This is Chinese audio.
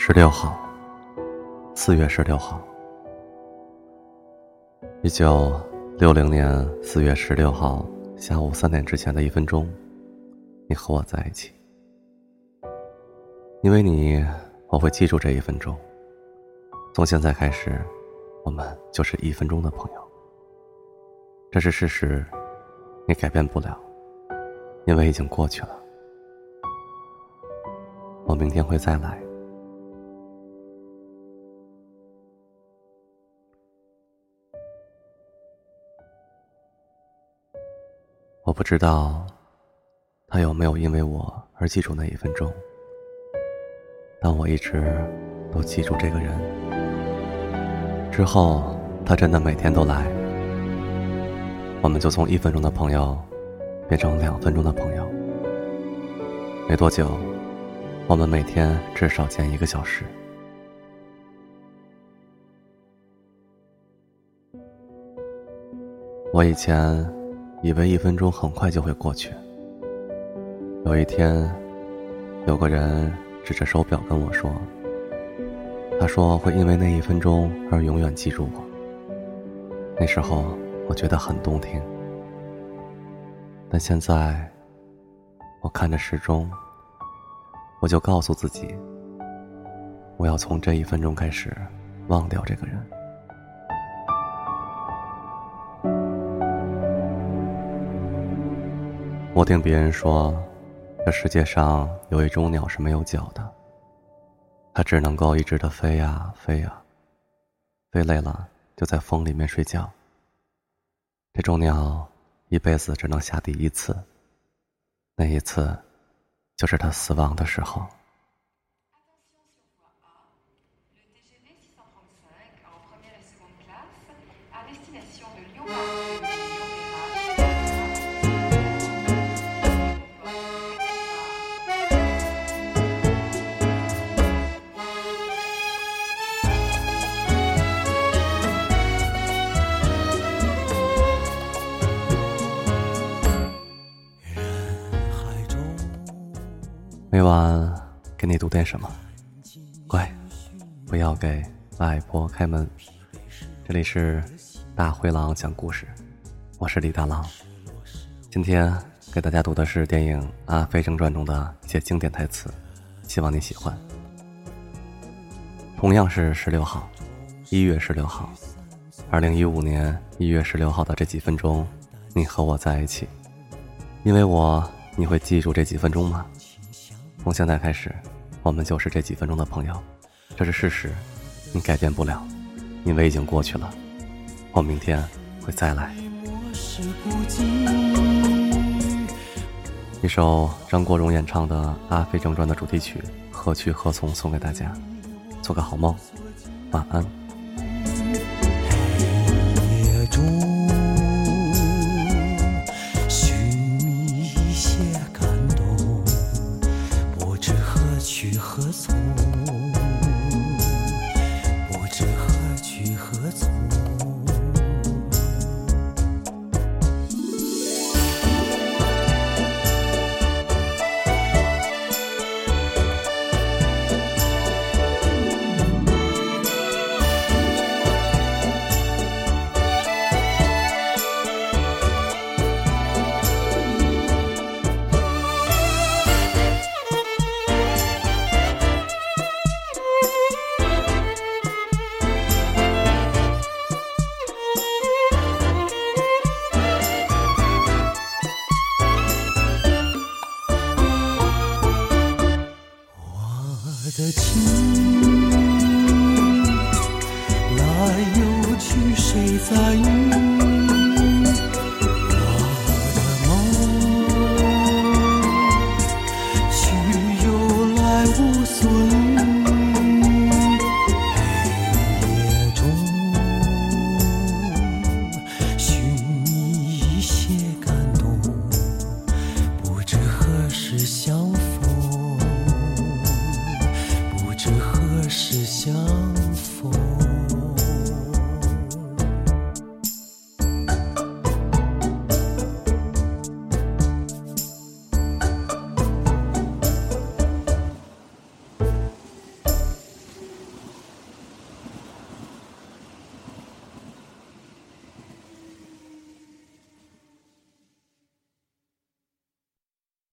16号，4月16号，1960年4月16号下午3点之前的1分钟，你和我在一起。因为你，我会记住这1分钟。从现在开始，我们就是1分钟的朋友。这是事实，你改变不了，因为已经过去了。我明天会再来。我不知道他有没有因为我而记住那1分钟，但我一直都记住这个人。之后他真的每天都来，我们就从1分钟的朋友变成2分钟的朋友。没多久，我们每天至少见1个小时。我以前以为1分钟很快就会过去。有一天，有个人指着手表跟我说，他说会因为那1分钟而永远记住我。那时候我觉得很动听，但现在我看着时钟，我就告诉自己，我要从这1分钟开始忘掉这个人。我听别人说，这世界上有一种鸟是没有脚的，它只能够一直的飞呀飞呀，飞累了就在风里面睡觉。这种鸟一辈子只能下地1次，那一次就是它死亡的时候。每晚给你读点什么，乖，不要给外婆开门。这里是大灰狼讲故事，我是李大狼。今天给大家读的是电影《阿飞正传》中的一些经典台词，希望你喜欢。同样是16号，1月16号，2015年1月16号的这几分钟，你和我在一起。因为你会记住这几分钟吗？从现在开始，我们就是这几分钟的朋友，这是事实，你改变不了，因为已经过去了。我明天会再来。一首张国荣演唱的《阿飞正传》的主题曲《何去何从》送给大家，做个好梦，晚安。